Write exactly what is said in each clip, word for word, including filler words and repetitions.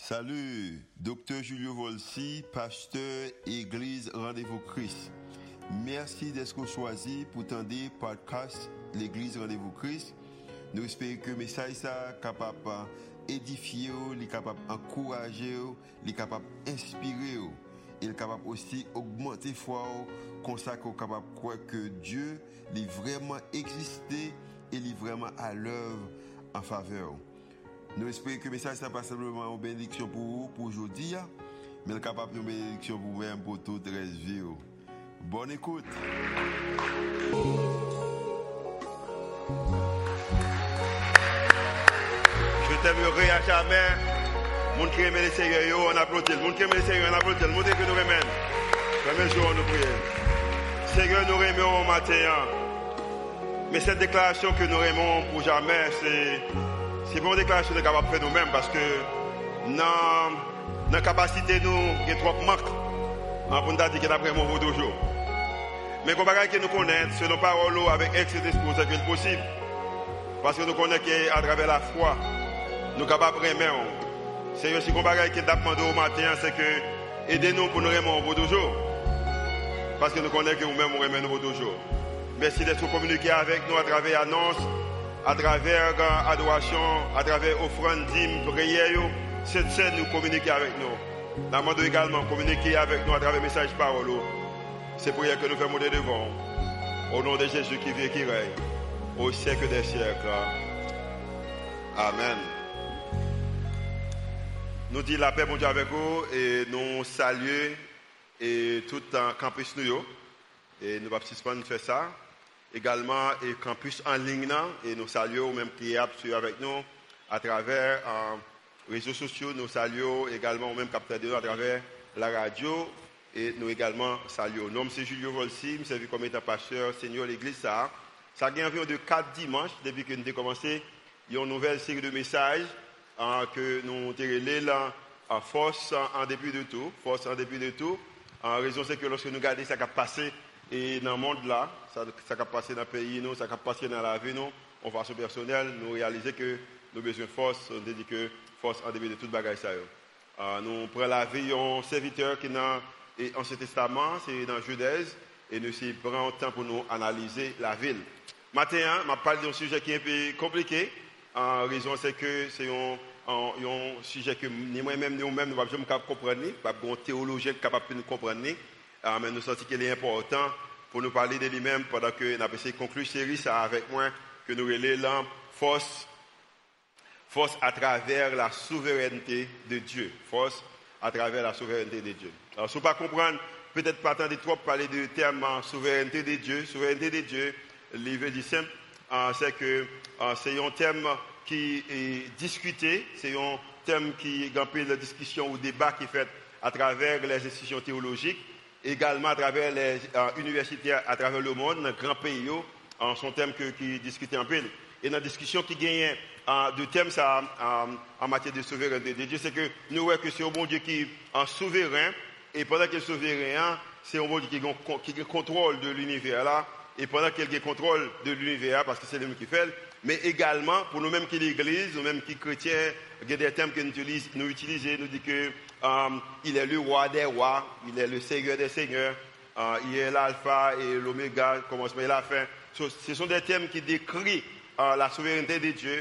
Salut, docteur Julio Volsi, pasteur Église Rendez-vous Christ. Merci d'être choisi pour tendre podcast l'Église Rendez-vous Christ. Nous espérons que le message est capable d'édifier, capable d'encourager, capable d'inspirer et capable aussi d'augmenter foi, comme ça qu'on est capable de croire que Dieu est vraiment existé et est vraiment à l'œuvre en faveur. Nous espérons que le message n'est pas simplement une bénédiction pour vous, pour aujourd'hui, mais capable de bénédiction pour vous-même, pour toute la vie. Bonne écoute. Je t'aimerai à jamais. Monde qui aime les Seigneur, on applaudit. Monde qui aime les Seigneur, on applaudit. Monde que nous remercions. Premier jour, nous prions. Seigneur, nous remercions au matin. Mais cette déclaration que nous aimons pour jamais, c'est. C'est pour une déclaration que nous sommes capables de faire nous-mêmes parce que dans la capacité, nous, il y a trop de manque pour nous dire que nous avons vraiment toujours. Mais comme que nous connaissons, selon parole avec excès d'esprit, c'est que possible. Parce que nous connaissons qu'à travers la foi, nous sommes capables de remettre. C'est aussi comme que nous avons demandé au matin, c'est que aidez-nous pour nous remettre pour toujours. Parce que nous connaissons que nous-mêmes nous remettons pour toujours. Merci d'être communiqué avec nous à travers l'annonce, à travers adoration, à travers offrande, dîme, prière. Cette scène nous communique avec nous. Nous demandons également communiquer avec nous à travers le message parole. C'est pour que nous faisons devant. Au nom de Jésus qui vit et qui règne, au siècle des siècles. Amen. Nous disons la paix, mon Dieu, avec vous et nous saluons et tout un campus nous. Et nous participons à faire ça. Également, et campus en ligne, et nous saluons même qui est avec nous à travers les réseaux sociaux. Nous saluons également même capteur de nous à travers la radio. Et nous également saluons. Nom c'est Julio Volsi, je suis comme étant pasteur Seigneur l'église. Ça, ça a environ de quatre dimanches depuis que nous avons commencé. Il y a une nouvelle série de messages hein, que nous avons là en force en début de tout. Force en début de tout. En raison c'est que lorsque nous regardons ça qui a passé et dans le monde là, ça, ça a passé dans le pays, nous, ça a passé dans la vie, nous, en façon personnelle, nous réalisons que nous avons besoin de force, on dit que force en début de toute bagaille ça. Euh, nous prenons la vie d'un serviteur qui est dans l'Ancien Testament, c'est dans Genèse, et nous prenons le temps pour nous analyser la ville. Maintenant, je vais parler d'un sujet qui est un peu compliqué. En raison, c'est que c'est un, un, un sujet que ni moi-même, ni nous-mêmes, nous ne pouvons pas comprendre, pas un théologien capable de nous comprendre. Uh, mais nous sentons qu'il est important pour nous parler de lui-même pendant que nous avons essayé de conclure cette série ça avec moi, que nous relayons force, force à travers la souveraineté de Dieu. Force à travers la souveraineté de Dieu. Alors, si vous ne comprenez pas, peut-être pas tant de trop parler du terme souveraineté de Dieu. Souveraineté de Dieu, le veut dire simple, uh, c'est que uh, c'est un terme qui est discuté, c'est un terme qui est un peu de discussion ou débat qui est fait à travers les institutions théologiques. Également à travers les euh, universités à travers le monde, dans grands pays, euh, sont thèmes que, qui discutent un peu. Et dans la discussion qui gagne euh, de thèmes ça, euh, en matière de souveraineté de Dieu, c'est que nous voyons que c'est un bon Dieu qui est un souverain, et pendant qu'il est souverain, c'est un bon Dieu qui, qui, qui contrôle de l'univers là, et pendant qu'il a contrôle de l'univers, parce que c'est lui qui fait, mais également pour nous-mêmes qui l'Église, nous-mêmes qui chrétiens, il y a des termes que nous utilisons, nous utilisons, nous dit que Um, il est le roi des rois, il est le seigneur des seigneurs, uh, il est l'alpha et l'oméga, le commencement et la fin. So, ce sont des termes qui décrivent uh, la souveraineté de Dieu.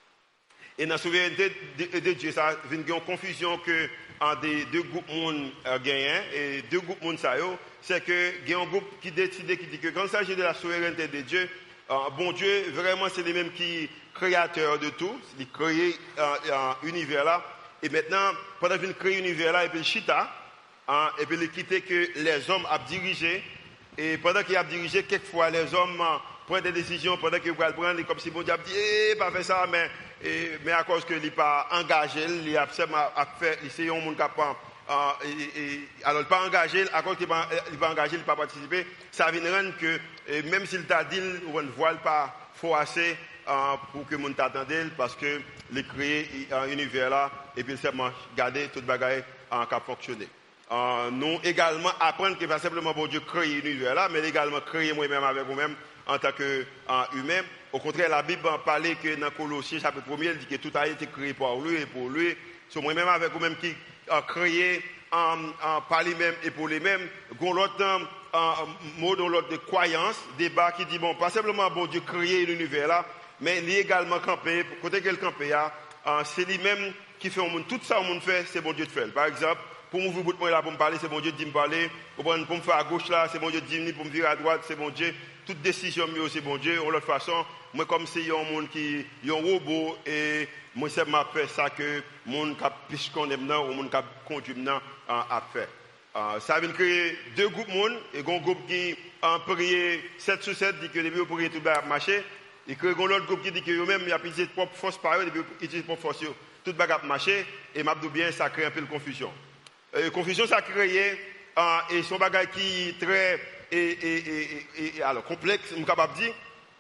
Et dans la souveraineté de, de Dieu, ça vient une confusion que uh, des deux groupes monde uh, gagnent. Et deux groupes monde ça c'est que il y a un groupe qui décide qui dit que quand il s'agit de la souveraineté de Dieu, uh, bon Dieu vraiment c'est lui-même qui est créateur de tout, il crée l'univers uh, uh, là. Et maintenant, pendant qu'il crée l'univers là, et puis le chita, hein, et puis il quitte que les hommes ont dirigé, et pendant qu'ils ont dirigé, quelquefois les hommes hein, prennent des décisions, pendant qu'ils vont prendre, comme si bon Dieu a dit, eh, pas faire ça, mais, et, mais à cause qu'il n'est pas engagé, il a fait, il sait un monde capable, hein, et, et, alors il n'est pas engagé, à cause qu'il n'est pas, pas engagé, il n'a pas participé, ça vient rendre que, et même s'il t'a dit, on ne voit pas fort assez, hein, pour que le monde t'attende, parce que il a créé un univers là, et puis seulement garder toute bagaille en cap fonctionner. Euh, nous également apprendre que pas simplement bon Dieu créer l'univers là, mais également créer moi-même avec vous-même en tant que euh, humain. Au contraire, la Bible en parlait que dans Colossiens chapitre premier, elle dit que tout a été créé par lui et pour lui, So moi-même avec vous-même qui a créé um, uh, par les mêmes et pour les mêmes, gon l'autre um, uh, mot dans l'autre de croyance, débat qui dit bon, pas simplement bon Dieu créer l'univers là, mais il est également campé, côté quel campé là, uh, c'est lui-même qui fait au monde tout ça au monde fait, c'est bon Dieu de faire. Par exemple, pour m'ouvrir bout de moi là pour me parler, c'est bon Dieu de me parler, pour me faire à gauche là, c'est bon Dieu de dire pour me virer à droite, c'est bon Dieu. Toute décision mieux c'est bon Dieu. De l'autre façon, moi comme c'est un monde qui est un robot et moi c'est m'a fait ça que monde qui plus qu'on aime ou monde qui conduit maintenant à faire. Uh, ça vient créer deux groupes monde et un groupe qui a prié sept sur sept dit que depuis prier tout va marcher et que un autre groupe qui dit que eux même il a utilisé propre force par eux depuis utiliser propre force tout va marcher et m'a dit bien ça crée un peu de confusion. Euh, confusion ça crée uh, et son bagage qui est très et, et, et, et alors complexe, je suis capable de dire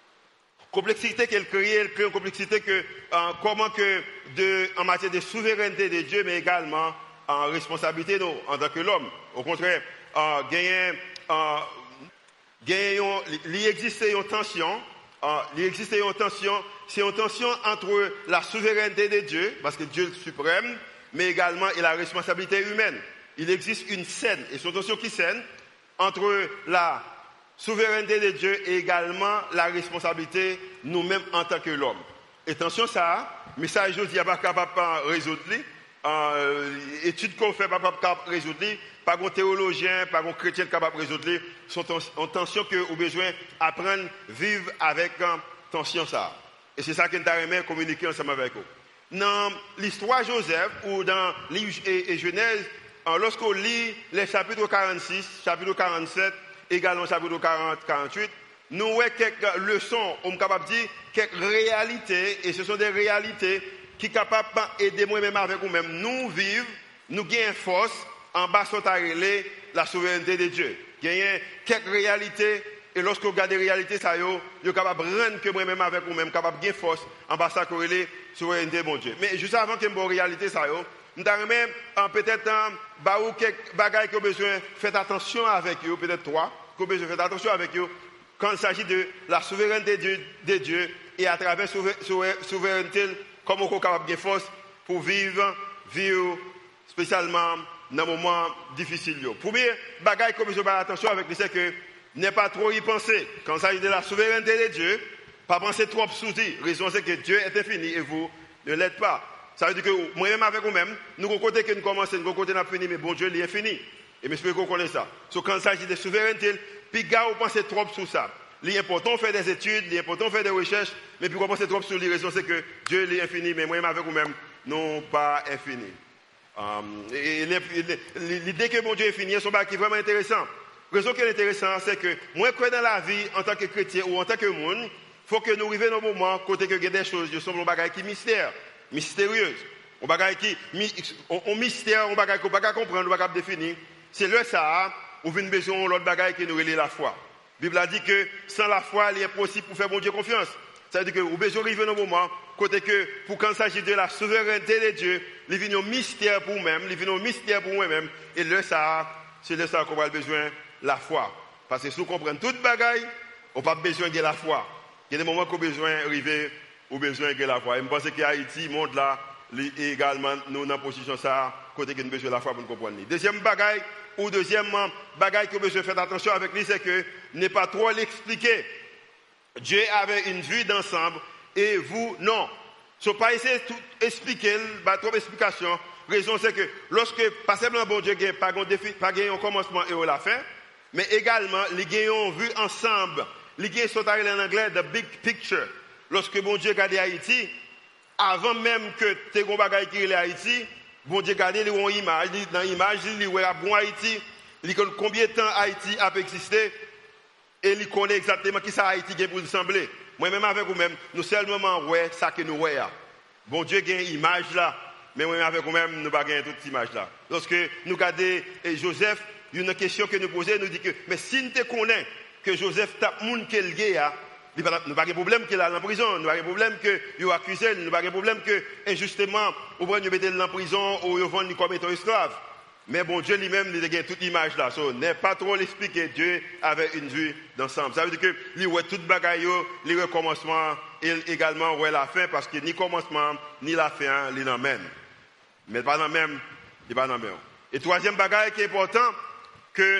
complexité qu'elle crée, elle crée une complexité que uh, comment que de en matière de souveraineté de Dieu mais également en responsabilité nous, en tant que l'homme. Au contraire, uh, gagner, uh, gagner, il existe une tension, uh, il existe une tension, c'est une tension entre la souveraineté de Dieu, parce que Dieu est le suprême, mais également et la responsabilité humaine. Il existe une scène, et c'est une tension qui scène entre la souveraineté de Dieu et également la responsabilité nous-mêmes en tant que l'homme. Et attention ça, mais ça je dis, il n'y a pas capable de résoudre. Euh, études qu'on fait pas capable de résoudre, pas un théologien, pas un chrétien capable de résoudre, sont en tension que vous besoin apprendre vivre avec um, tension ça. Et c'est ça que nous avons communiquer ensemble avec vous. Dans l'histoire de Joseph ou dans livre et, et Genèse, lorsqu'on lit les chapitres quarante-six, chapitre quarante-sept, également chapitre quarante, quarante-huit, nous voyons quelques leçons, on est capable de dire quelques réalités, et ce sont des réalités qui sont capables d'aider moi-même avec vous-même. Nous vivons, nous gagnons force en bas de la souveraineté de Dieu. Nous gagnons quelques réalités, et lorsque vous regardez les réalités, ça y est, vous êtes capable de rendre que moi-même avec vous-même, capable de gagner force en bas de la souveraineté de mon Dieu. Mais juste avant que vous ayez réalité, ça y est, nous avons même peut-être quelques bagages que vous avez besoin de faire attention avec vous, peut-être trois, que vous avez besoin de faire attention avec vous, quand il s'agit de la souveraineté de Dieu et à travers la souveraineté, comment on est capable de force pour vivre, vivre spécialement dans des moments difficiles. Le premier bagage que je vais faire attention avec lui, c'est que ne pas trop y penser. Quand il s'agit de la souveraineté de Dieu, pas penser trop sous lui. La raison c'est que Dieu est infini et vous ne l'êtes pas. Ça veut dire que moi-même avec vous-même, nous avons côté que nous commençons, nous avons côté nous fini, mais bon Dieu il est infini. Et j'espère que vous connaissez ça. So, quand il s'agit de souveraineté, puis gars, vous pensez trop sur ça. L'important de faire des études, l'important de faire des recherches, mais puis vous pensez trop sur les raisons, c'est que Dieu est infini, mais moi-même avec vous-même, non pas infini. Um, et l'idée que mon Dieu est infini, c'est un truc qui est vraiment intéressant. La raison qui est intéressante, c'est que moi, je crois dans la vie, en tant que chrétien ou en tant que monde, il faut que nous arrivions dans un moment côté que il y a des choses, qui sont un bagage qui mystère, mystérieuse. Un bagage qui, un mystère, un bagage qu'on ne peut pas comprendre, on ne peut pas définir. C'est le ça, où vient besoin de l'autre bagage qui nous relie la foi. La Bible a dit que sans la foi, il est impossible pour faire mon Dieu confiance. Ça veut dire que vous besoin d'arriver dans un moment, côté que, pour quand il s'agit de la souveraineté de Dieu, il vient un mystère pour vous-même, il vient un mystère pour moi-même, et le ça, c'est le ça qu'on a besoin de la foi. Parce que si vous comprenez toute bagaille, on n'a pas besoin de la foi. Il y a des moments qu'on a besoin d'arriver, ou besoin de la foi. Et je pense que Haïti, le monde là, également, nous, dans la position ça, côté que nous avons besoin de la foi pour nous comprendre. Deuxième bagaille, ou deuxièmement, bagaille que je faire attention avec lui, c'est que n'est pas trop l'expliquer. Dieu avait une vue d'ensemble et vous, non. So, pas essayer de tout expliquer, pas trop d'explication. Raison, c'est que lorsque, pas simplement bon Dieu n'a pas un commencement et la fin, mais également, les ont vu ensemble. Les sont arrivés en anglais, the big picture. Lorsque bon Dieu regardait Haïti, avant même que tu aies un bagage qui est Haïti, bon Dieu regardait une image, dans l'image, il voit bon Haïti, il connaît combien de temps Haïti a existé, et il connaît exactement qui ça Haïti est pour sembler. Moi-même avec vous-même, nous seulement ouais ça que nous voyons. Bon Dieu a une image là, mais moi-même avec vous-même, nous n'avons pas toute cette image là. Lorsque nous regardons Joseph, il y a une question que nous posons, nous dit que, mais si nous te connaissons que Joseph tape moun qu'elle a, nous n'avons pas de problème qu'il est en prison, nous n'avons pas de problème qu'il est accusé, nous n'avons pas de problème que, injustement, ou bien nous mettons en prison ou nous vendons comme étant esclave. Mais bon, Dieu lui-même, il a toute image là. So, n'est pas trop l'expliquer. Dieu avait une vue d'ensemble. Ça veut dire que, il voit toute bagaille, le recommencement, et également, ouais la fin, parce que ni commencement, ni la fin, il l'emmène. Mais pas dans le même, il pas dans le même. Et troisième bagage qui est important, que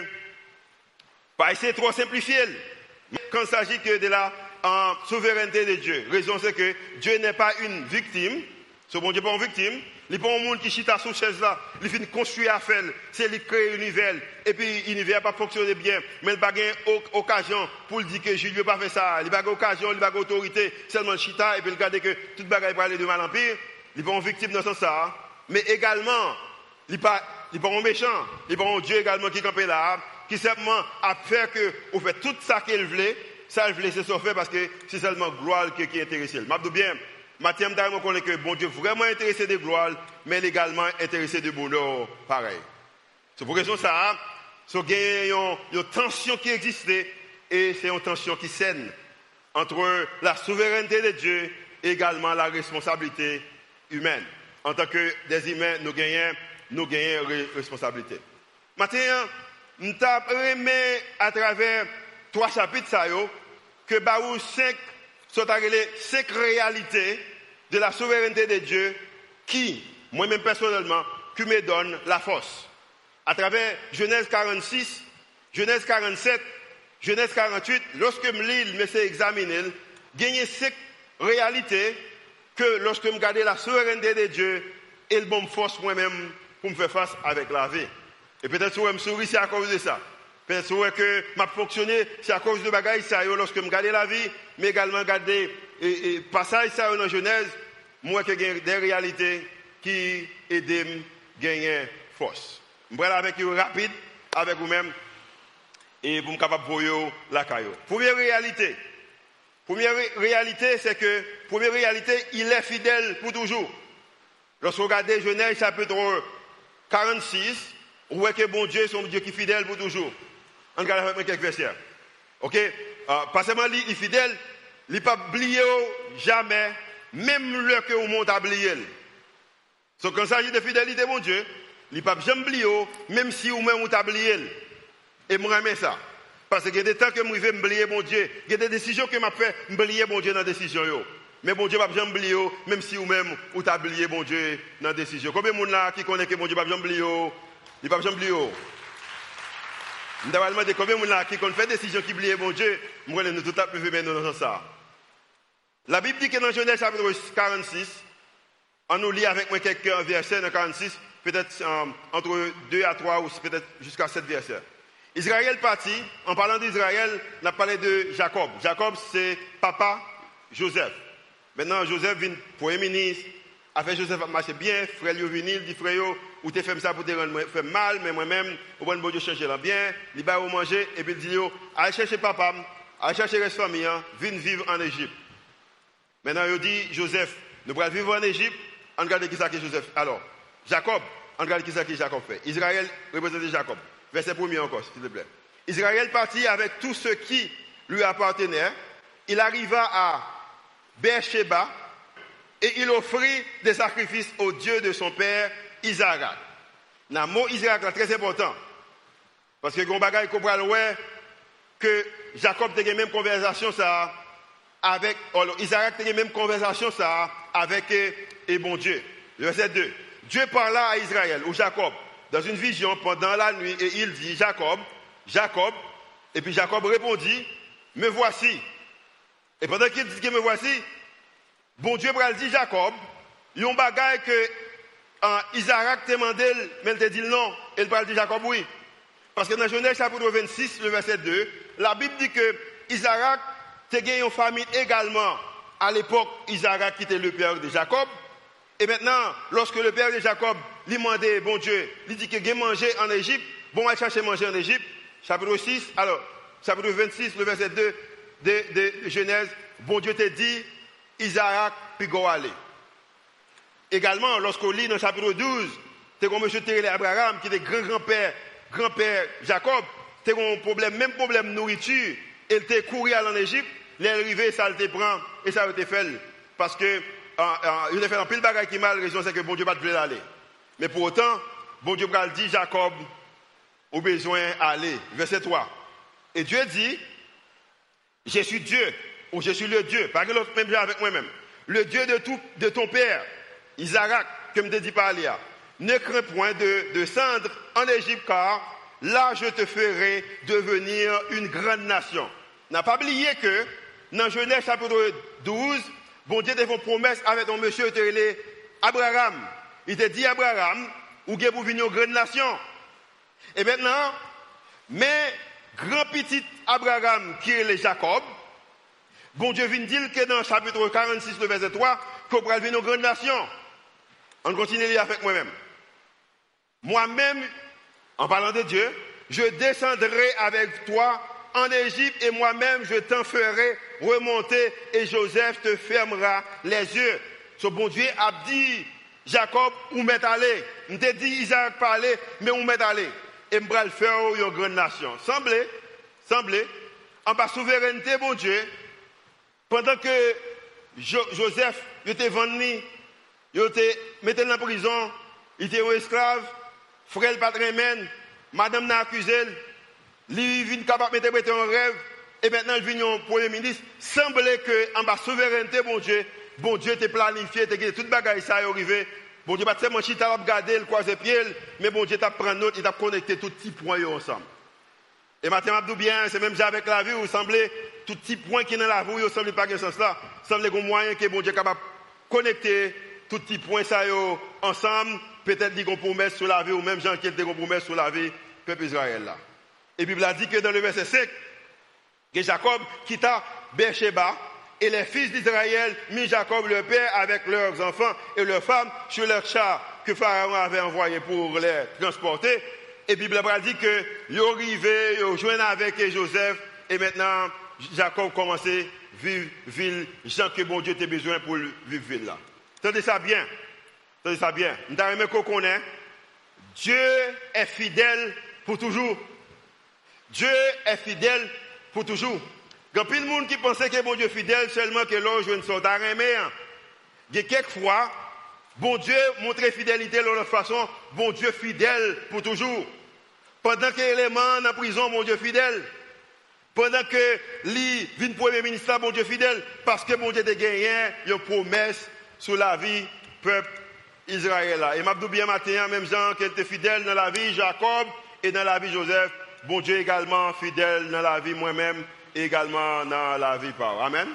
pas essayer de trop simplifier. Quand il s'agit que de la en souveraineté de Dieu. Raison c'est que Dieu n'est pas une victime. Ce bon Dieu n'est pas une victime. Il n'est pas un monde qui chita sous chaise là. Il finit construire à faire. C'est lui qui crée l'univers. Et puis l'univers n'a pas fonctionné bien. Mais il n'a pas occasion pour dire que Jules n'a pas fait ça. Il n'a pas occasion, il n'a pas autorité. Seulement chita. Et puis il regarde que tout le bagage va aller de mal en pire. Il n'est pas une victime dans ce sens là. Mais également, il n'est pas, il pas un méchant. Il n'est pas un Dieu également qui campe là. Qui simplement a fait que vous faites tout ça qu'il voulait. Ça, je vais laisser ça faire parce que c'est seulement gloire qui est intéressée. Je dis bien, Mathieu, je connais que bon Dieu est vraiment intéressé de gloire, mais également intéressé de bonheur pareil. C'est pour raison ça, il y a une tension qui existait et c'est une tension qui saine entre la souveraineté de Dieu et également la responsabilité humaine. En tant que des humains, nous gagnons, nous gagnons responsabilité. Mathieu, nous avons à travers trois chapitres ça yo, que baou cinq sont arrivés cinq réalités de la souveraineté de Dieu qui, moi-même personnellement, qui me donne la force. À travers Genèse quarante-six, Genèse quarante-sept, Genèse quarante-huit, lorsque je lis, je me examiner, gagner cinq réalités que lorsque je regarde la souveraineté de Dieu, il me force moi-même pour me faire face avec la vie. Et peut-être que je me souris, c'est à cause de ça. Peut-être que m'a fonctionné, c'est à cause de bagaille ça lorsque je regarde la vie, mais également regarder et, et passage ça dans Genèse, moi que j'ai des réalités qui aident à gagner force. Je vais aller avec vous rapide, avec vous-même, et pour me capable de voir la caillou. Première réalité. Première ré- réalité, c'est que, première réalité, il est fidèle pour toujours. Lorsque vous regardez Genèse chapitre quarante-six, vous voyez que bon Dieu, c'est un Dieu qui est fidèle pour toujours. On regarde avec moi quelques versets. Ok? Euh, pas seulement il est fidèle, il n'est pas oublié jamais, même le que vous monte à oublier. Donc quand il s'agit de fidélité, mon Dieu, il n'est pas jamais oublié, même si vous-même vous oublié. Et moi, j'aime ça. Parce qu'il y a des temps que je vais oublier mon Dieu. Il y a des décisions que je fais oublier mon Dieu dans la décision. Mais mon Dieu ne va jamais oublier, même si vous-même vous oublié mon Dieu dans la décision. Combien de gens là qui connaissent que mon Dieu ne va jamais oublier? Il ne va jamais oublier. Je vais demander combien de gens qui fait des décisions qui oublient mon Dieu. Je vais nous tout à fait dans ça. La Bible dit que dans Genèse chapitre quarante-six, on nous lit avec moi quelques versets dans quarante-six, peut-être euh, entre deux à trois ou peut-être jusqu'à sept versets. Israël partit, en parlant d'Israël, on a parlé de Jacob. Jacob, c'est papa Joseph. Maintenant, Joseph vient premier ministre, a fait Joseph marcher bien, frère lui venu, il dit frère, ou t'es fait ça pour te rendre fait mal, mais moi-même, au bon Dieu chercher là bien, il va au manger, et puis il dit, allez chercher papa, allez chercher la famille, viens vivre en Égypte. Maintenant, il dit, Joseph, nous allons vivre en Égypte, on regarde qui ça que Joseph. Alors, Jacob, on regarde qui ça que Jacob fait. Israël représente Jacob. Verset premier encore, s'il te plaît. Israël partit avec tout ce qui lui appartenait. Il arriva à Beersheba et il offrit des sacrifices au Dieu de son père, Isaac. Le mot Isaac est très important. Parce que on bagaille comprend que Jacob a eu la même conversation ça avec Isaac a eu la même conversation ça avec et bon Dieu. Verset deux. Dieu parla à Israël ou Jacob dans une vision pendant la nuit et il dit Jacob, Jacob, et puis Jacob répondit, me voici. Et pendant qu'il dit que me voici, bon Dieu va dire Jacob, il y a un bagage que uh, Isaac t'a demandé, mais il t'a dit non, et il va dire Jacob oui. Parce que dans Genèse chapitre vingt-six, le verset deux, la Bible dit que Isaac t'a gagné une famille également. À l'époque, Isaac qui était le père de Jacob. Et maintenant, lorsque le père de Jacob lui demandait, bon Dieu, lui dit qu'il a mangé en Égypte, bon, il chercher manger en Égypte, chapitre six, alors, chapitre vingt-six, le verset deux de, de Genèse, bon Dieu t'a dit, Isaac puis go aller. Également, lorsqu'on lit dans le chapitre douze, c'est comme M. Terrell Abraham, qui était grand-grand-père, grand-père Jacob, c'est un problème, même problème de nourriture, il était couru en Égypte, il est arrivé, ça le prend, et ça a été fait. Parce que, Uh, uh, il a fait un pile de bagages qui mal, la raison c'est que bon Dieu ne va pas vouloir aller. Mais pour autant, bon Dieu va dire Jacob, au besoin d'aller. Verset trois. Et Dieu dit, je suis Dieu, ou je suis le Dieu, pas que même avec moi-même. Le Dieu de, tout, de ton père, Isaac, que je te dis pas aller. ne crains point de descendre en Égypte, car là je te ferai devenir une grande nation. N'a pas oublié que dans Genèse chapitre douze, bon Dieu a fait une promesse avec un monsieur qui était Abraham. Il t'a dit Abraham, ou vous pour venir une grande nation. Et maintenant, mais grand petit Abraham qui est le Jacob, bon Dieu vient dire que dans le chapitre quarante-six, le verset trois, qu'on pourra venir une grande nation. On continue avec moi-même. Moi-même, en parlant de Dieu, je descendrai avec toi en Égypte et moi-même je t'en ferai remonter et Joseph te fermera les yeux. Ce bon Dieu a dit, Jacob, où m'est allé? Il t'a dit, Isaac parlait, mais où m'est allé? Et m'bra le faire une grande nation. Semblez, semblez, en bas souveraineté, bon Dieu, pendant que jo- Joseph, il était vendu, il était mis dans la prison, il était un esclave, frère le patrimoine, madame n'a accusé, lui vient capable de mettre un rêve, et maintenant il vient au premier ministre. Semblait que en bas souveraineté, bon Dieu, bon Dieu t'a planifié, t'a dit toute bagaille ça est arrivé. Bon Dieu, pas seulement chita regarder le croiser pied, mais bon Dieu t'a pris note, il t'a connecté tous les petits points ensemble. Et maintenant, je bien, c'est même avec la vie, vous semblez, tout petit point qui est dans la vie, vous semblez pas dans ce sens-là, semblez qu'on moyen que bon Dieu est capable de connecter tous les petits points ça ensemble, peut-être dit qu'on promesse sur la vie, ou même Jean qui était qu'on promesse sur la vie, peuple Israël là. Et la Bible a dit que dans le verset cinq, que Jacob quitta Beersheba, et les fils d'Israël mit Jacob le père avec leurs enfants et leurs femmes sur leurs chars que Pharaon avait envoyés pour les transporter. Et la Bible a dit que ils sont arrivés, ils ont joint avec Joseph, et maintenant Jacob commençait à vivre ville, Jean que bon Dieu a besoin pour vivre ville là. Tenez ça bien, tenez ça bien. Nous avons qu'on connaît, Dieu est fidèle pour toujours. Dieu est fidèle pour toujours. Il y a plein de monde qui pensait que bon Dieu est fidèle seulement que l'on joue une sorte d'arrêt. Il y a quelquefois, bon Dieu montre fidélité de l'autre façon, bon Dieu fidèle pour toujours. Pendant que l'élément dans la prison, bon Dieu fidèle. Pendant que lui vient premier ministre, bon Dieu fidèle. Parce que bon Dieu a gagné une promesse sur la vie du peuple Israël. Et je dis bien matin, même Jean qui était fidèle dans la vie Jacob et dans la vie Joseph, bon Dieu également fidèle dans la vie moi-même et également dans la vie par. Amen.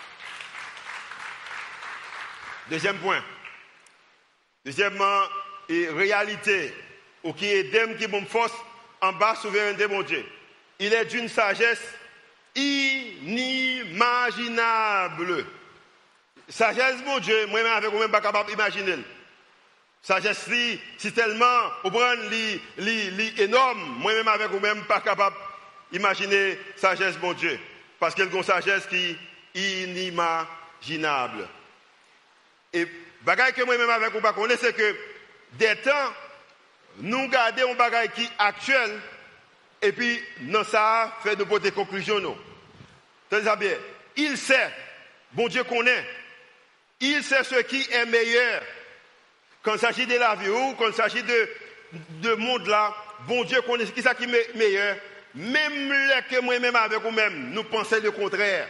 Deuxième point. Deuxièmement, et réalité, ou qui est d'homme qui me force en bas souveraineté mon Dieu. Il est d'une sagesse inimaginable. Sagesse mon Dieu, moi-même avec vous-même pas capable d'imaginer. Sagesse li, si tellement, au prend li, li, li énorme, moi-même avec vous-même pas capable d'imaginer sagesse mon Dieu. Parce qu'il y a une sagesse qui est inimaginable. Et bagaille que moi-même avec vous pas connaître, c'est que des temps, nous gardons un bagaille qui est actuel, et puis, dans ça, fait de bonnes conclusions, non. Tenez bien. Il sait, bon Dieu connaît, il sait ce qui est meilleur. Quand il s'agit de la vie ou quand il s'agit de, de monde là, bon Dieu connaît ce qui est meilleur. Même là que moi-même avec vous-même, nous pensons le contraire.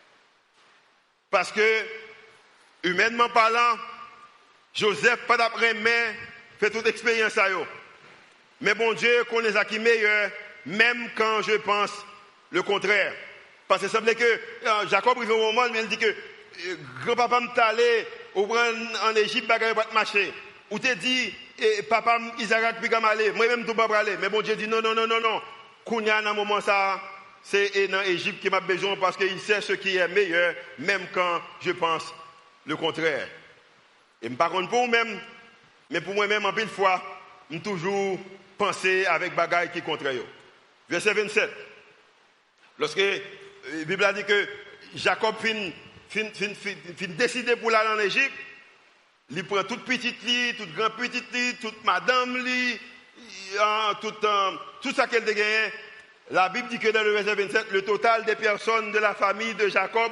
Parce que, humainement parlant, Joseph, pas d'après mais fait toute expérience à eux. Mais bon Dieu connaît ce qui est meilleur, même quand je pense le contraire. Parce que ça semblait que euh, Jacob arrive au moment où il dit que euh, grand-papa m'est allé en Égypte, bagaille pas marcher. Ou t'es dit, eh, papa Isaac puis comme aller, moi-même tout pas aller. Mais bon Dieu dit non, non, non, non, non. Kounya dans moment ça, c'est dans l'Égypte qui m'a besoin parce qu'il sait ce qui est meilleur, même quand je pense le contraire. Et par contre pour vous-même, mais pour moi-même en pile fois, je toujours penser avec bagaille qui est contraire. Verset vingt-sept. Lorsque la Bible a dit que Jacob fin, fin, fin, fin, fin décidé pour aller en Égypte, il prend toute petite lit, toute grande petite lit, toute madame lit, tout, um, tout ça qu'elle a gagné. La Bible dit que dans le verset vingt-sept, le total des personnes de la famille de Jacob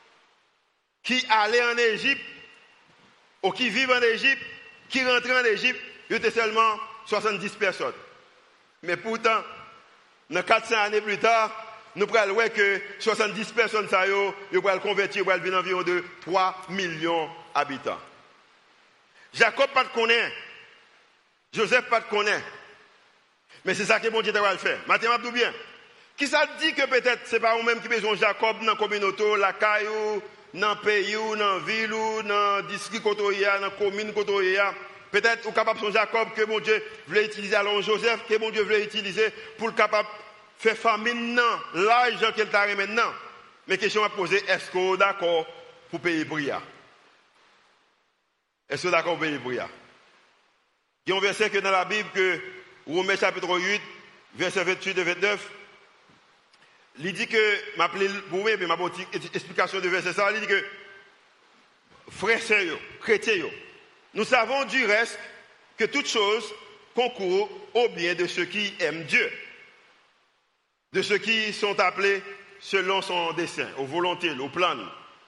qui allaient en Égypte, ou qui vivent en Égypte, qui rentraient en Égypte, il y était seulement soixante-dix personnes. Mais pourtant, dans quatre cents années plus tard, nous pourrons voir que soixante-dix personnes, ça, yo, yo pourront convertir, pourront venir environ de trois millions d'habitants. Jacob pas de connaître Joseph pas de connaît. Mais c'est ça que bon Dieu t'a fait. Maintenant, tout bien. Qui ça dit que peut-être c'est pas vous-même qui besoin Jacob dans la communauté, la caillou, dans le pays, dans la ville, dans le district, dans la commune, peut-être vous capable de Jacob que bon Dieu voulait utiliser alors Joseph, que bon Dieu voulait utiliser pour le capable faire famine dans l'argent qu'il t'a maintenant. Mais question à poser, est-ce que vous êtes d'accord pour payer pour ça? Est-ce que vous êtes d'accord pour payer pour ça? Il y a un verset que dans la Bible, que Romains chapitre huit, verset vingt-huit et vingt-neuf, il dit que, m'a appelé pour moi, mais ma petite explication de verset ça, il dit que, frères, sœurs, chrétiens, nous savons du reste que toute chose concourt au bien de ceux qui aiment Dieu, de ceux qui sont appelés selon son dessein, aux volontés, aux plans.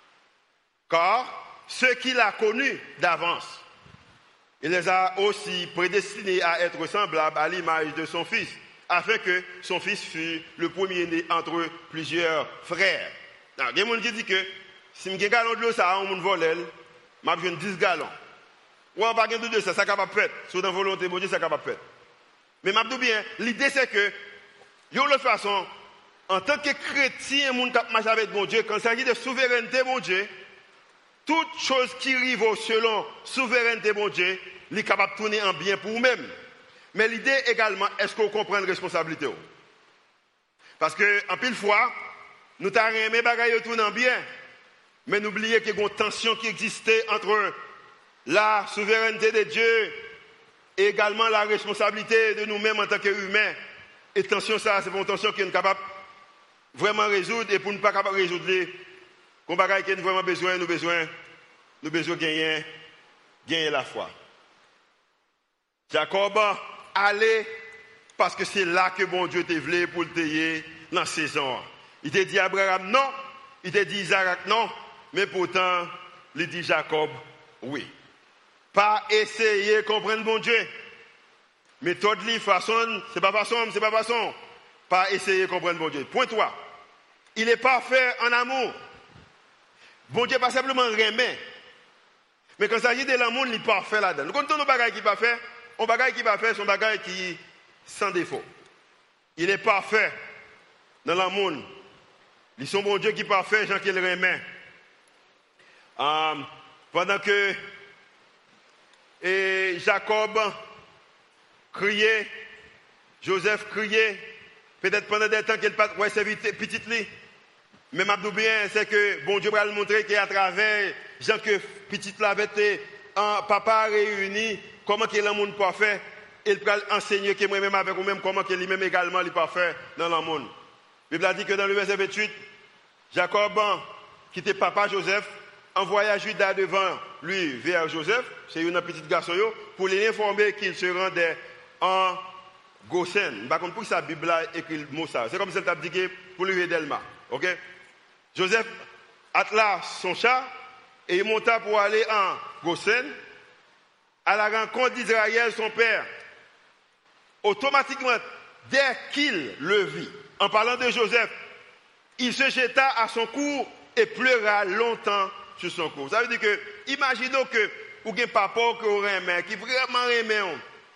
Car ceux qu'il a connus d'avance, il les a aussi prédestinés à être semblables à l'image de son Fils, afin que son Fils fût le premier-né entre plusieurs frères. Il y a des gens qui disent que si je suis un gallon de l'eau, ça a un monde volé, je vais dix gallons. Ou on ne peut pas de ça, ça capable de faire. Sur la volonté de Dieu, ça capable de faire. Mais je dis bien, l'idée c'est que, de toute façon, en tant que chrétien, mon cap marche avec mon Dieu, quand il s'agit de souveraineté, mon Dieu, toute chose qui arrive selon souveraineté, mon Dieu, il est capable de tourner en bien pour vous-même. Mais l'idée également, est-ce qu'on comprend la responsabilité? Parce que, en pile fois, nous t'avons aimé bagaille tourner en bien, mais n'oubliez qu'il y a une tension qui existait entre la souveraineté de Dieu et également la responsabilité de nous-mêmes en tant qu'humains. Et tension, ça, c'est une tension qui est capable vraiment résoudre, et pour ne pas capable de résoudre les qu'on bagaille qui a vraiment besoin, nous besoin, nous besoin de gagner, gagner la foi. Jacob allait parce que c'est là que bon Dieu t'a voulu pour le payer dans la saison. Il t'a dit Abraham non, il t'a dit Isaac non, mais pourtant, il dit Jacob oui. Pas essayer de comprendre bon Dieu. Méthode li façon, c'est pas façon, c'est pas façon. Pas essayer de comprendre bon Dieu. Point trois. Il est parfait en amour. Bon Dieu pas simplement remet. Mais quand il s'agit de l'amour, il est parfait là-dedans. Nous comptons nos bagages qui pas fait, on bagages qui pas fait, son bagages qui sans défaut. Il est parfait dans l'amour. Ils sont bon Dieu qui est parfait, gens qui le remet. Euh, pendant que et Jacob criait, Joseph criait, peut-être pendant des temps qu'il pas ouais, c'est petite lit. Mais je dis bien, c'est que bon Dieu va le montrer qu'à travers gens que petite là avait été en papa réuni, comment qu'il est le monde parfait, il va enseigner que moi-même avec vous-même comment qu'il lui-même également est parfait dans le monde. La Bible a dit que dans le verset vingt-huit, Jacob, qui était papa Joseph, envoya Judas devant lui vers Joseph, c'est un petit garçon, pour l'informer qu'il se rendait en Goshen. Par contre, pour ça, la Bible a écrit le mot ça. C'est comme ça que tu as dit pour lui Delma. Ok? Joseph attela son chat et il monta pour aller en Goshen à la rencontre d'Israël, son père. Automatiquement, dès qu'il le vit, en parlant de Joseph, il se jeta à son cou et pleura longtemps sur son cou. Ça veut dire que, imaginons que vous avez un papa qui aurait un mec, qui vraiment aimé,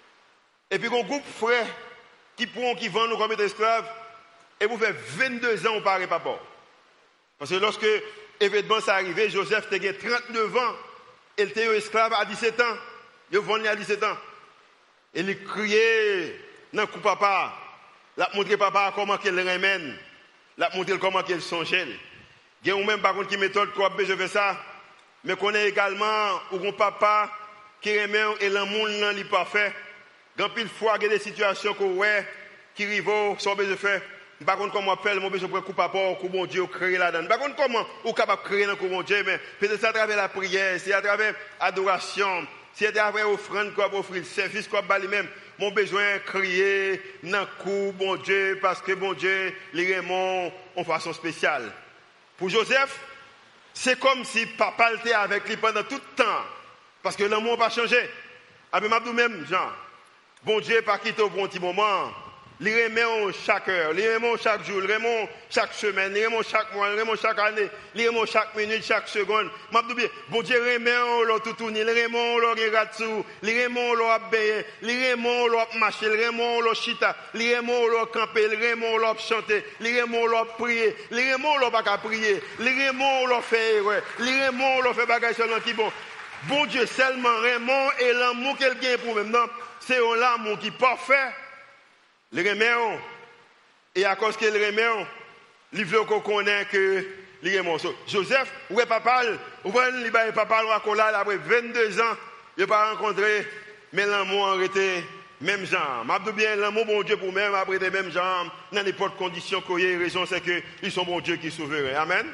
et puis un groupe de frères qui prend, qui vendent nous comme des esclaves, et vous faites vingt-deux ans, on parle papa. Parce que lorsque l'événement s'est arrivé, Joseph était trente-neuf ans, il était esclave à dix-sept ans, il vendu à dix-sept ans. Et il criait dans le coup papa, il a montré papa comment il le ramène, il a montré comment il songeait. Il y a même par contre qui méthode quoi je fais ça, mais qu'on est également ou un papa qui remet et l'amour n'est pas parfait. Quand pile fois il y a des situations que ouais qui rivaux sont besoin de faire. Par contre comment appelle mon besoin pour coup papa ou bon Dieu créer là-dedans. Par contre comment ou capable créer dans bon Dieu mais peut-être c'est à travers la prière, c'est à travers adoration, c'est à travers offrande qu'on offrir le service qu'on va lui-même. Mon besoin crier dans coup bon Dieu parce que bon Dieu les remet en façon spéciale. Pour Joseph, c'est comme si papa était avec lui pendant tout le temps. Parce que l'amour n'a pas changé. Avec Mabdou même, Jean. Bon Dieu pas quitté au bon petit moment. Il remet chaque heure, il remet chaque jour, il remet chaque semaine, il remet chaque mois, il remet chaque année, il remet chaque minute, chaque seconde. Bon Dieu remet le tout tourner, il remet le regarde sous, il remet le abbaye, il remet le marcher, il remet le chita, il remet le camper, il remet le chanter, il remet le prier, il remet le pas prier, il remet le faire, il remet le faire bagage selon qui bon. Bon Dieu seulement remet et l'amour qu'il gagne pour maintenant, c'est l'amour qui est parfait. Le remet, et à cause qu'il remet, il veut qu'on connaisse que il remet. Joseph, où est papa? Où est papa? Après vingt-deux ans, il n'a pas rencontré, mais l'amour a été même genre. Je dis bien, l'amour, bon Dieu, pour même, après des mêmes gens, dans n'importe condition qu'il y ait raison, c'est qu'ils sont bon Dieu qui souverain. Amen.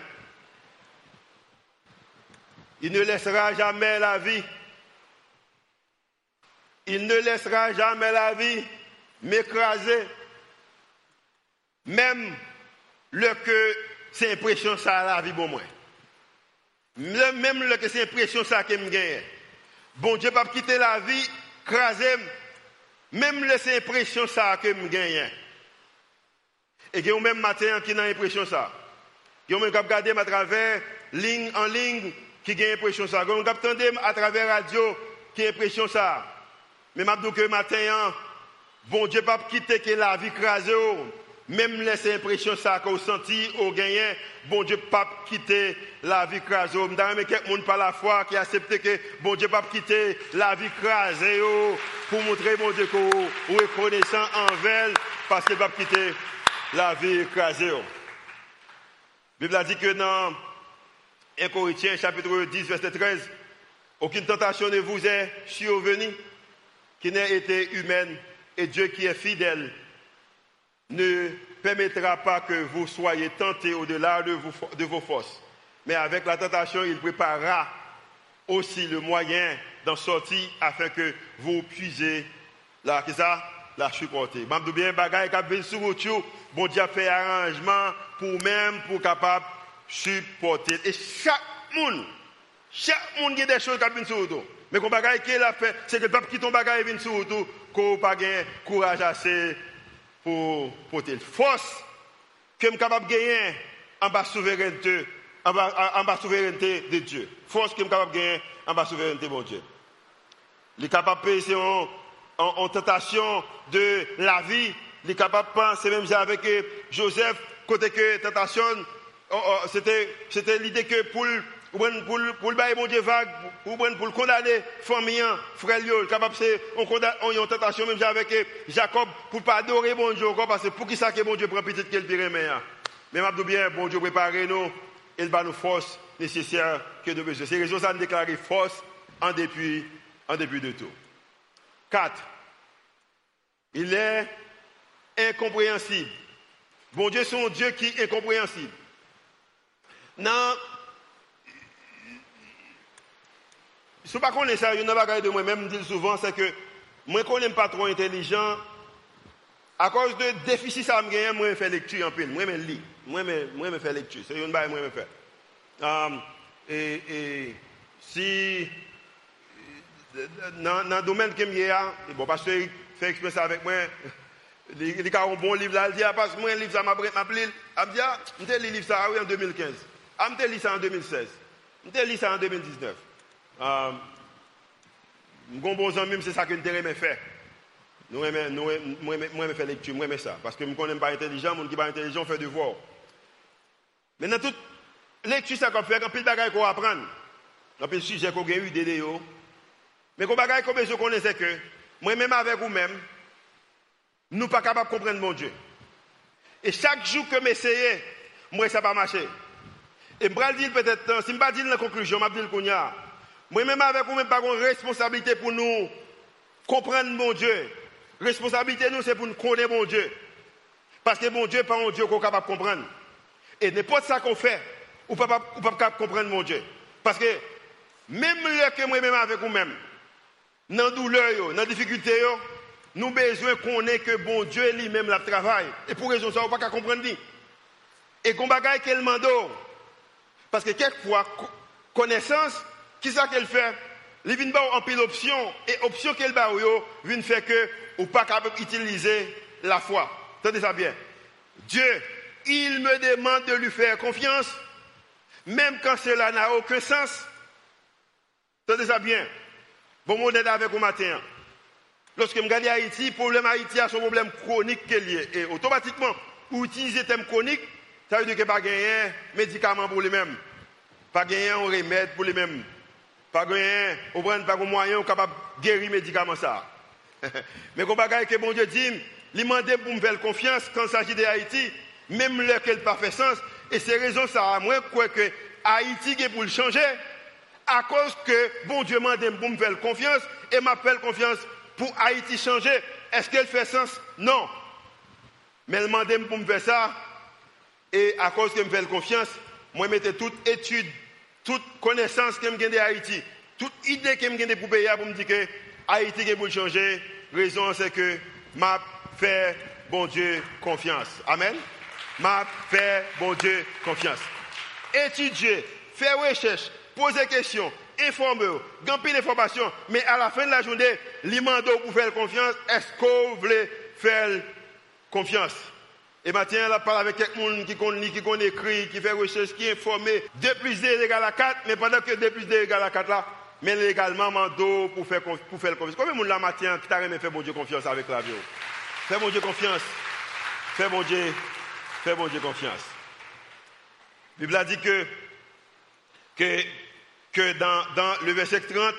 Il ne laissera jamais la vie. Il ne laissera jamais la vie m'écraser, même le que c'est impression ça à la vie pour moi. Même le que c'est impression ça que me gagne. Bon Dieu pas quitter la vie, craser, même le c'est impression ça que me gagne. Et que même matin qui n'a impression ça. Qui même cap regarder à travers ligne en ligne qui gagne impression ça. Qui cap entendre à travers radio qui impression ça. Mais m'a dit que matin bon Dieu pas quitter que la vie crasée, même les impressions ça qu'on senti au gagné, bon Dieu pas quitter la vie crasée. M'dame quelqu'un monde par la foi qui accepte que bon Dieu pas quitter la vie crasée pour montrer bon Dieu qu'on est reconnaissant envers parce qu'il va quitter la vie crasée. La Bible a dit que dans un Corinthiens chapitre dix verset treize, aucune tentation ne vous est survenue qui n'ait été humaine. Et Dieu qui est fidèle ne permettra pas que vous soyez tentés au-delà de, vous, de vos forces. Mais avec la tentation, il préparera aussi le moyen d'en sortir afin que vous puissiez la, ça, la supporter. Je dis bien, bagaille qui sur vous, bon Dieu a fait arrangement pour même pour capable supporter. Et chaque monde, chaque monde qui a des choses qui viennent sur vous. Mais quand bagaille qu'il a fait, c'est que le peuple qui tombe bagaille vient sur vous. Qu'on n'a pas de courage assez pour porter la force que je suis capable de gagner en bas souveraineté, en bas, en bas souveraineté de Dieu. Force que je suis capable de gagner en bas souveraineté de mon Dieu. Il est capable de penser en, en, en tentation de la vie. Il est capable de penser même avec Joseph, côté que tentation, oh, oh, c'était, c'était l'idée que pour Pour le pour, bailler mon Dieu vague, pour, pour le condamner, famille, frère, capable c'est on condamne, on y a une tentation même avec Jacob pour pas adorer bon Dieu encore parce que pour qui ça que bon Dieu prend petit qu'elle dirait mais mais m'a dit bien bon Dieu prépare nous, il va nous force nécessaire que nous besoin. C'est raison ça nous déclarer force en dépit en dépit de tout. quatre. Il est incompréhensible. Bon Dieu c'est un Dieu qui est incompréhensible. Non. Si vous ne connaissez pas ça, il y a une bagaille de moi-même, je dis souvent, c'est que moi, je ne suis pas trop intelligent. À cause de déficit, ça me gagne, moi, je fais lecture en pile. Moi, je lis. Moi, je fais lecture. C'est une bagaille, moi, je fais. Um, et, et si, dans, dans le domaine que je suis, bon, parce que fait expérience avec moi, il y a un bon livre là, il dit, parce que moi, un livre, ça m'a pris, il me dit, ah, je lis livre ça en deux mille quinze. Je lis ça en deux mille seize. Je lis ça en deux mille dix-neuf. Euh, mon bon ami, c'est ça que nous devons faire. Nous aimons faire lecture, nous aimons ça. Parce que nous ne connaissons pas intelligent, les gens qui ne sont pas intelligents font devoir. Mais dans toute lecture, ça qu'on fait, quand il y a des choses qu'on apprend, quand il y a des sujets qu'on a eu des déos. Mais quand il y a des choses qu'on connaît, c'est que moi-même avec vous-même, nous ne sommes pas capables de comprendre mon Dieu. Et chaque jour que j'essaye, moi, ça n'a pas marché. Et je vais dire peut-être, si je ne vais pas dire la conclusion, je vais dire le Kounia. Moi-même avec vous, même pas une responsabilité pour nous comprendre mon Dieu. Responsabilité, nous, c'est pour nous connaître mon Dieu. Parce que mon Dieu n'est pas un Dieu qu'on est capable de comprendre. Et n'importe ça qu'on fait, on ne peut pas capable de comprendre mon Dieu. Parce que même le que moi-même avec vous-même, dans la douleur, dans la difficulté, nous avons besoin qu'on ait que bon Dieu lui-même la travail. Et pour raison ça, on ne peut pas comprendre. Et qu'on bagaille qu'elle mande. Parce que quelquefois, connaissance, qui ça qu'elle fait? Elle vient en pile option et option qu'elle va vient faire que ou pas capable d'utiliser la foi. Tenez ça bien. Dieu, il me demande de lui faire confiance, même quand cela n'a aucun sens. Tenez ça bien. Bon, mon aide avec vous matin. Lorsque je regarde Haïti, le problème Haïti a son problème chronique qui est lié. Et automatiquement, pour utiliser le thème chronique, ça veut dire qu'il n'y a pas de médicaments pour les mêmes. Pas de remède pour les mêmes. Pas de moyen capable de guérir les médicaments. Ça. Mais quand on que bon Dieu dit, il demande pour me faire confiance quand il s'agit de Haïti, même là qu'elle n'a pas fait sens. Et c'est raison ça, moi, je crois que Haïti est pour le changer, à cause que bon Dieu m'a demandé pour me faire confiance, et m'appelle confiance pour Haïti changer. Est-ce qu'elle fait sens? Non. Mais elle m'a demandé pour me faire ça, et à cause qu'elle me fait confiance, moi, je mettais toute étude, toute connaissance que je gagne de Haïti, toute idée que je gagne pour payer pour me dire que Haïti est pour le changer. Raison, c'est que m'a fait bon Dieu confiance. Amen. M'a fait bon Dieu confiance. Étudier, faire recherche, poser questions, informer, gagner l'information, mais à la fin de la journée, l'imando pour faire confiance, est-ce que vous voulez faire confiance? Et maintenant, là, parle avec quelqu'un qui connaît, qui connaît écrit, qui fait recherche, qui est informé. deux plus deux égale à quatre, mais pendant que deux plus deux égale à quatre là, mais légalement, mando pour faire, pour faire confiance. Combien de monde là, matin, qui t'a aimé faire bon Dieu confiance avec la vie? Fais bon Dieu confiance. Fais bon Dieu, fais bon Dieu confiance. La Bible a dit que, que, que dans, dans le verset trente,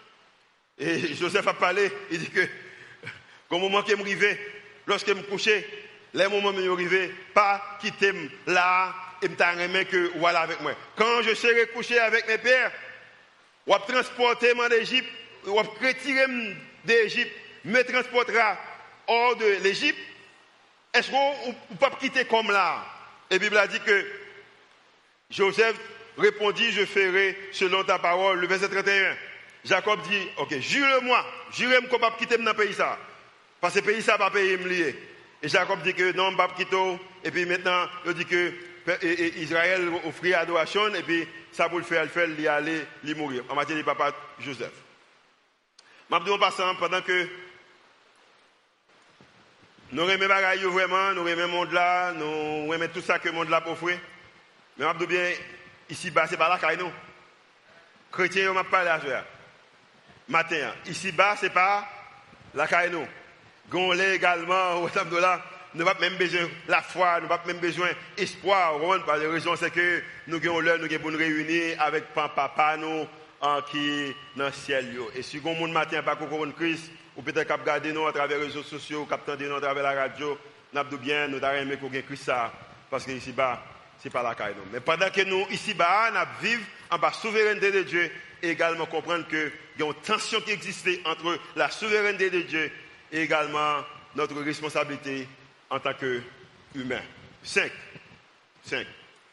et Joseph a parlé, il dit que, qu'au moment que je m'arrivais, lorsque je me couchais, les moments où je m'arrivais, pas quitter là, et me t'arriver que voilà avec moi. Quand je serai couché avec mes pères, ou transporter moi d'Égypte, ou retirer d'Égypte, me transportera hors de l'Égypte. Est-ce qu'on ne peut pas quitter comme là? Et la Bible a dit que Joseph répondit, je ferai selon ta parole. Le verset trente et un. Jacob dit, ok, jure-moi, jure-moi qu'on ne peut pas quitter dans le pays ça. Parce que le pays ça va pas payer me lier. Et Jacob dit que non, je ne peux pas quitter. Et puis maintenant, il dit que et, et Israël offrit adoration. Et puis ça pour le faire, il fait, il aller, il mourir. En matière de papa Joseph. Je dis en passant, pendant que nous remettons bagaille vraiment, nous remettons le monde là, nous remettons tout ça que le monde là pour offrir. Mais je dis bien, ici-bas, ce n'est pas la caille, non. Chrétien, on m'a parlé à ce matin. Ici-bas, ce n'est pas la caille, non. Gonlé également, au temps de là, nous n'avons pas même besoin de la foi, nous n'avons pas même besoin d'espoir. La raison, c'est que nous avons l'heure, nous avons nous réunir avec papa, nous, qui est dans le ciel. Et si vous avez un matin, pas de crise, ou peut-être qu'à regarder nous à travers les réseaux sociaux, qu'à entendre nous à travers la radio, nous avons bien, nous avons aimé qu'on ait Christ ça, parce que ici-bas, ce n'est pas la caille. Mais pendant que nous, ici-bas, nous vivons en bas souveraineté de Dieu, et également comprendre qu'il y a une tension qui existait entre la souveraineté de Dieu et également notre responsabilité en tant qu'humain. Cinq. Cinq.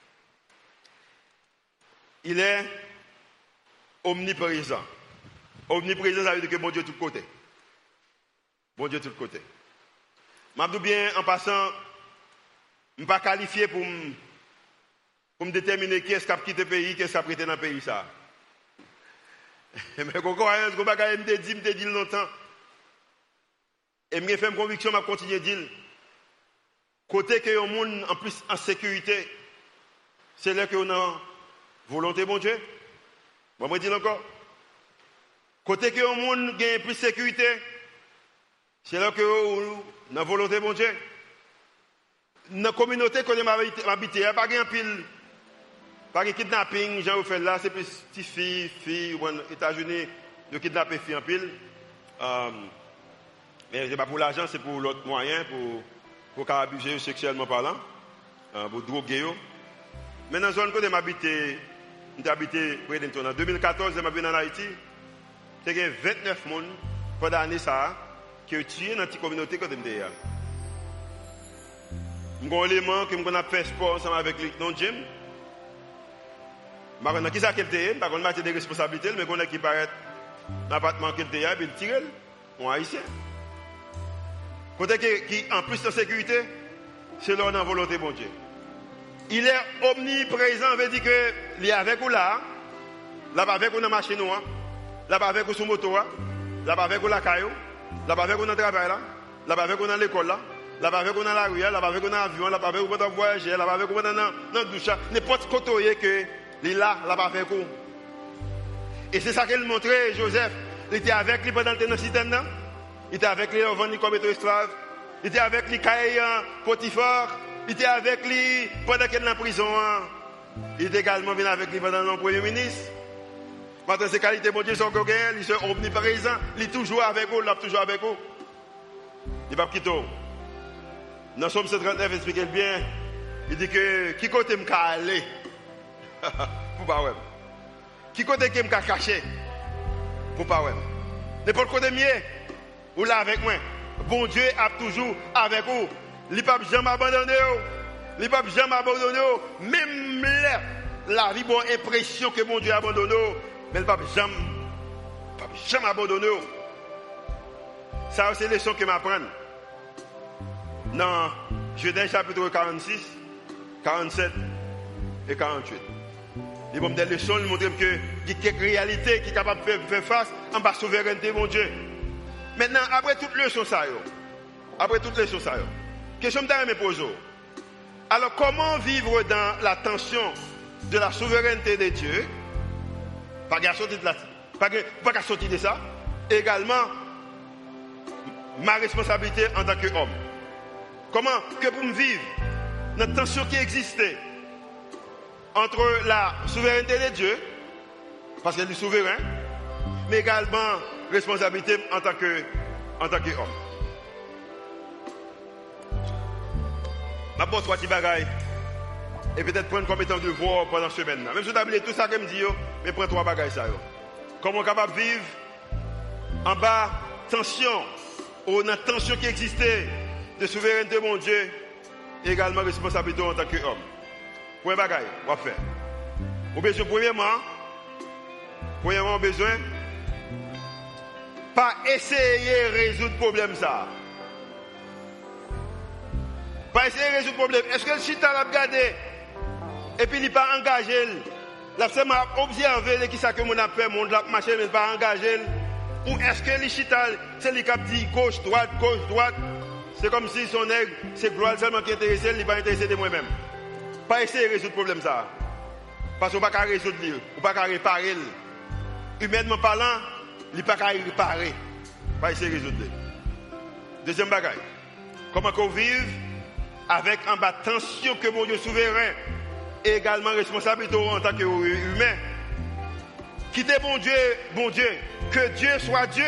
Il est omniprésent. Omniprésent, ça veut dire que bon Dieu tout côté. Bon Dieu tout côté. Je dis bien, en passant, je ne suis pas qualifié pour me, pour me déterminer qui est-ce qui a quitté le pays, qui est-ce qui a prêté dans le pays. Ça. Mais quand je me dis, je me dis longtemps. Et je me fais une conviction, je continue à dire. Côté que le monde en plus en sécurité, c'est là que on a volonté bon Dieu. Moi, je dis encore. Côté que le monde a plus de sécurité, c'est là que on a volonté bon Dieu. Dans la communauté que je habite, il n'y a pas de pile, pas de kidnapping, j'en fait là, c'est plus petites filles, filles, aux États-Unis, de kidnapper filles en pile. Um, mais ce n'est pas pour l'argent, c'est pour l'autre moyen, pour, pour abuser sexuellement parlant, uh, pour droguer. Mais dans la zone que j'habite, j'ai habité près d'Inton. En deux mille quatorze, j'ai habité en Haïti. Il y a vingt-neuf personnes pendant l'année qui ont tué dans la communauté que j'étais là. Je suis un élément qui a fait sport ensemble avec le non-gym. Je ne sais pas qui c'est, je ne sais pas des responsabilités, mais je sais qui paraît dans l'appartement qui était là, et il tire, un haïtien. Côté qui, en plus de sécurité, c'est là dans volonté de bon Dieu. Il est omniprésent, veut dire qu'il est avec vous là, là avec vous dans la machine, là avec vous sur la moto, là avec vous dans la caillou, là avec vous dans le travail, là avec vous dans l'école, là là pas avec dans la rue, là pas avec dans l'avion, là pas avec pendant voyager, là pas avec pendant dans dans douche, n'importe côté que il là, là pas avec vous. Et c'est ça qu'il montrait Joseph, il était avec lui pendant le temps dans système là. Il était avec lui avant comme étant esclave, il était avec lui quand Potiphar, il était avec lui pendant qu'il est en prison. Il est également venu avec lui pendant le premier ministre. Maintenant, ces qualités, bon Dieu, sont gagnées, ils sont omniprésents, il est toujours avec vous, il est toujours avec vous. Il va quitter. Dans Somme cent trente-neuf, expliquez bien. Il dit que qui côté me aller pour pas ouais. Qui côté qui me cacher pour pas ouais. N'importe côté mieux ou là avec moi. Bon Dieu a toujours avec vous. Il ne peut jamais abandonner. Il ne peut jamais abandonner. Même là, la vie, bonne impression que mon Dieu a abandonné. Mais il ne peut jamais, jamais abandonner. Ça, c'est les leçons que m'apprend. Dans Genèse chapitre quarante-six, quarante-sept et quarante-huit. Il vont me donner des leçons, ils montrent que il y a quelques réalités qui sont capables de faire face en bas de la souveraineté, mon Dieu. Maintenant, après toutes les leçons, après toutes les leçons, question que je me pose. Alors, comment vivre dans la tension de la souveraineté de Dieu? Pas qu'à sortir de là, pas qu'à sortir de ça. Également, ma responsabilité en tant qu'homme. Comment que pour me vivre dans la tension qui existait entre la souveraineté de Dieu, parce qu'elle est souverain, mais également responsabilité en tant que en tant qu'homme. Je vais trois petits bagailles et peut-être prendre comme étant devoir pendant la semaine. Même si vous avez tout ça que je me dis, mais prends trois bagailles. Ça, comment on est capable de vivre en bas tension, ou dans tension qui existait de souveraineté, mon Dieu, et également responsabilité en tant qu'homme. Premier bagaille, on va faire. On a besoin, premièrement, premièrement, on a besoin pas essayer de résoudre le problème ça. Pas essayer de résoudre le problème. Est-ce que le chita l'a regardé et puis il n'est pas engagé? La semaine a observé qui ça que mon a fait, mon l'a marché, mais pas engagé. Ou est-ce que le chita, c'est lui qui a dit gauche, droite, gauche, droite? C'est comme si son aigle, c'est gloire seulement qui est intéressé, il n'est pas intéressé de moi-même. Pas essayer de résoudre le problème ça. Parce qu'on ne peut pas résoudre, on ne peut pas réparer. Humainement parlant, il ne peut pas réparer. Pas essayer de résoudre. Deuxième bagaille. Comment qu'on vive avec en bas tension que mon Dieu souverain et également responsabilité en tant qu'humain. Quittez bon Dieu, bon Dieu, que Dieu soit Dieu.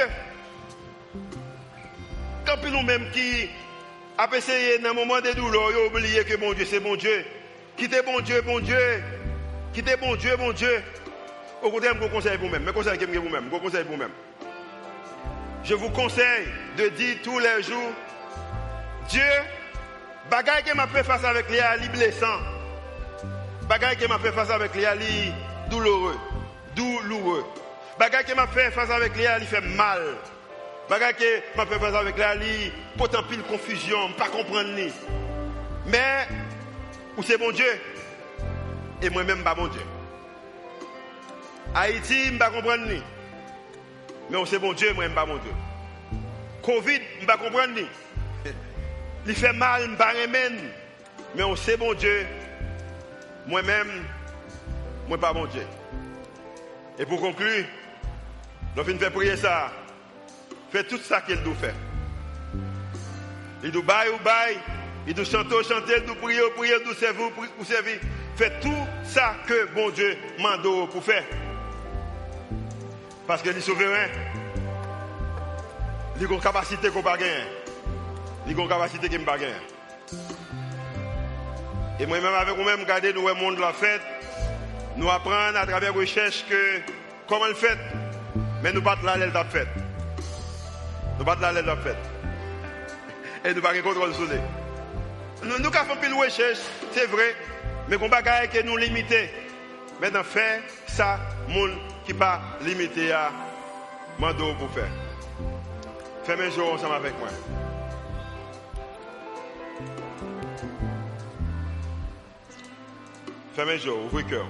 Quand puis nous-mêmes qui avons essayé dans un moment de douleur, oublié que mon Dieu c'est bon Dieu. Quittez bon Dieu, bon Dieu. Quittez bon Dieu, bon Dieu. Au contraire, je vous conseille vous-même. Je vous conseille vous-même. Je vous conseille vous-même. Je vous conseille de dire tous les jours, Dieu, bagaille qui m'a fait face avec lui, il blessant. Bagaille qui m'a fait face avec lui, il douloureux. Douloureux. Bagaille qui m'a fait face avec lui, il fait mal. Bagaille qui m'a fait face avec lui, il porte pile confusion, pas comprendre ni. Mais, où c'est bon Dieu? Et moi-même, pas bon Dieu. Haïti, je ne comprends pas ni. Mais on sait bon Dieu, moi-même, pas bon Dieu. Covid, je ne comprends pas ni. Il fait mal, je ne comprends pas. Mais on sait bon Dieu, moi-même, moi pas bon Dieu. Et pour conclure, nous finissons de prier ça. Faites tout ça qu'il doit faire. Il doit bailler ou bailler, il doit chanter ou chanter, il doit prier ou prier, il doit servir ou servir. Faites tout ça que bon Dieu mande pour faire. Parce qu'il est souverain. Il a une capacité qu'on n'a pas gagner. Il a une capacité qu'on n'a pas gagner. Et moi-même, avec vous-même, regardez nous le monde la fête. Nous apprenons à travers la recherche que comment le fait. Mais nous ne battons pas l'aile de la fête. Nous ne battons pas l'aile de la fête. Et nous n'avons pas de contrôle sur lui. Nous avons fait une recherche, c'est vrai. Mais qu'on bagaille que nous limiter. Maintenant, faire ça, monde qui pas limité à mando pour faire. Fais mes jours ensemble avec moi. Fais mes jours, ouvrez cœur.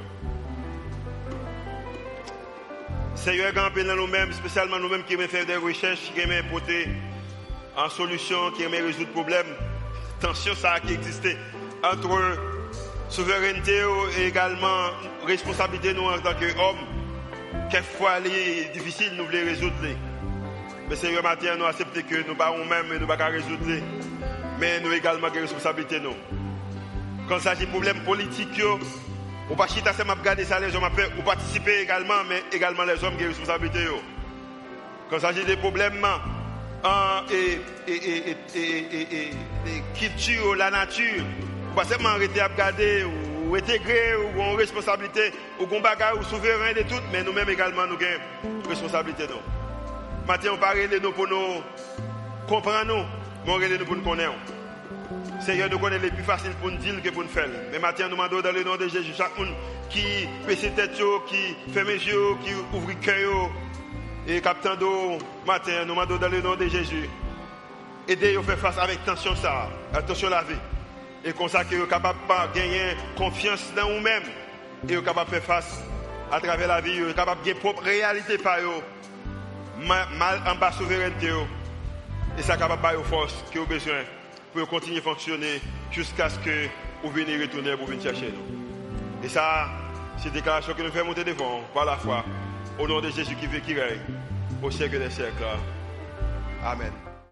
Seigneur, grand peu dans nous-mêmes, spécialement nous-mêmes qui aimons faire des recherches, qui aimons porter en solution, qui aimons résoudre problèmes. tension ça qui existait entre souveraineté et également responsabilité nous en tant qu'hommes. Quelquefois, c'est difficile, nous voulons résoudre. Mais c'est le matin, nous acceptons que nous ne pouvons pas nous-mêmes, nous ne pouvons pas résoudre. Mais nous également des responsabilités. Nous. Quand il s'agit de problèmes politiques, ou pas chita, c'est regarder ça, les hommes ou participer également, mais également les hommes qui ont des responsabilités. Quand il s'agit des problèmes et, et, et, et, et, et, et culture, la nature, ou pas seulement arrêter à regarder ou intégrer ou en responsabilité ou qu'on bagarre ou souverain de tout, mais nous-mêmes également nous avons responsabilité. Maintenant, on parle de nous pour nous comprendre, nous, mais on parle de nous pour nous connaître. Seigneur, nous connaissons les plus faciles pour nous dire que pour nous faire. Mais maintenant, nous demandons dans le nom de Jésus, chaque monde qui fait ses têtes, qui ferme les yeux, qui ouvre le cœur, et captant d'eau, matin, nous demandons dans le nom de Jésus, aidez-nous à faire face avec tension ça, attention la vie. Et comme ça, que vous êtes capable de gagner confiance dans vous-même, et vous êtes capable de faire face à travers la vie, vous êtes capable de gagner propre réalité par vous, mal en bas souveraineté, et ça est capable de faire force que vous avez besoin pour continuer à fonctionner jusqu'à ce que vous veniez retourner pour venir chercher nous. Et ça, c'est une déclaration que nous faisons monter devant par la foi, au nom de Jésus qui vit, qui règne, au siècle des siècles. Amen.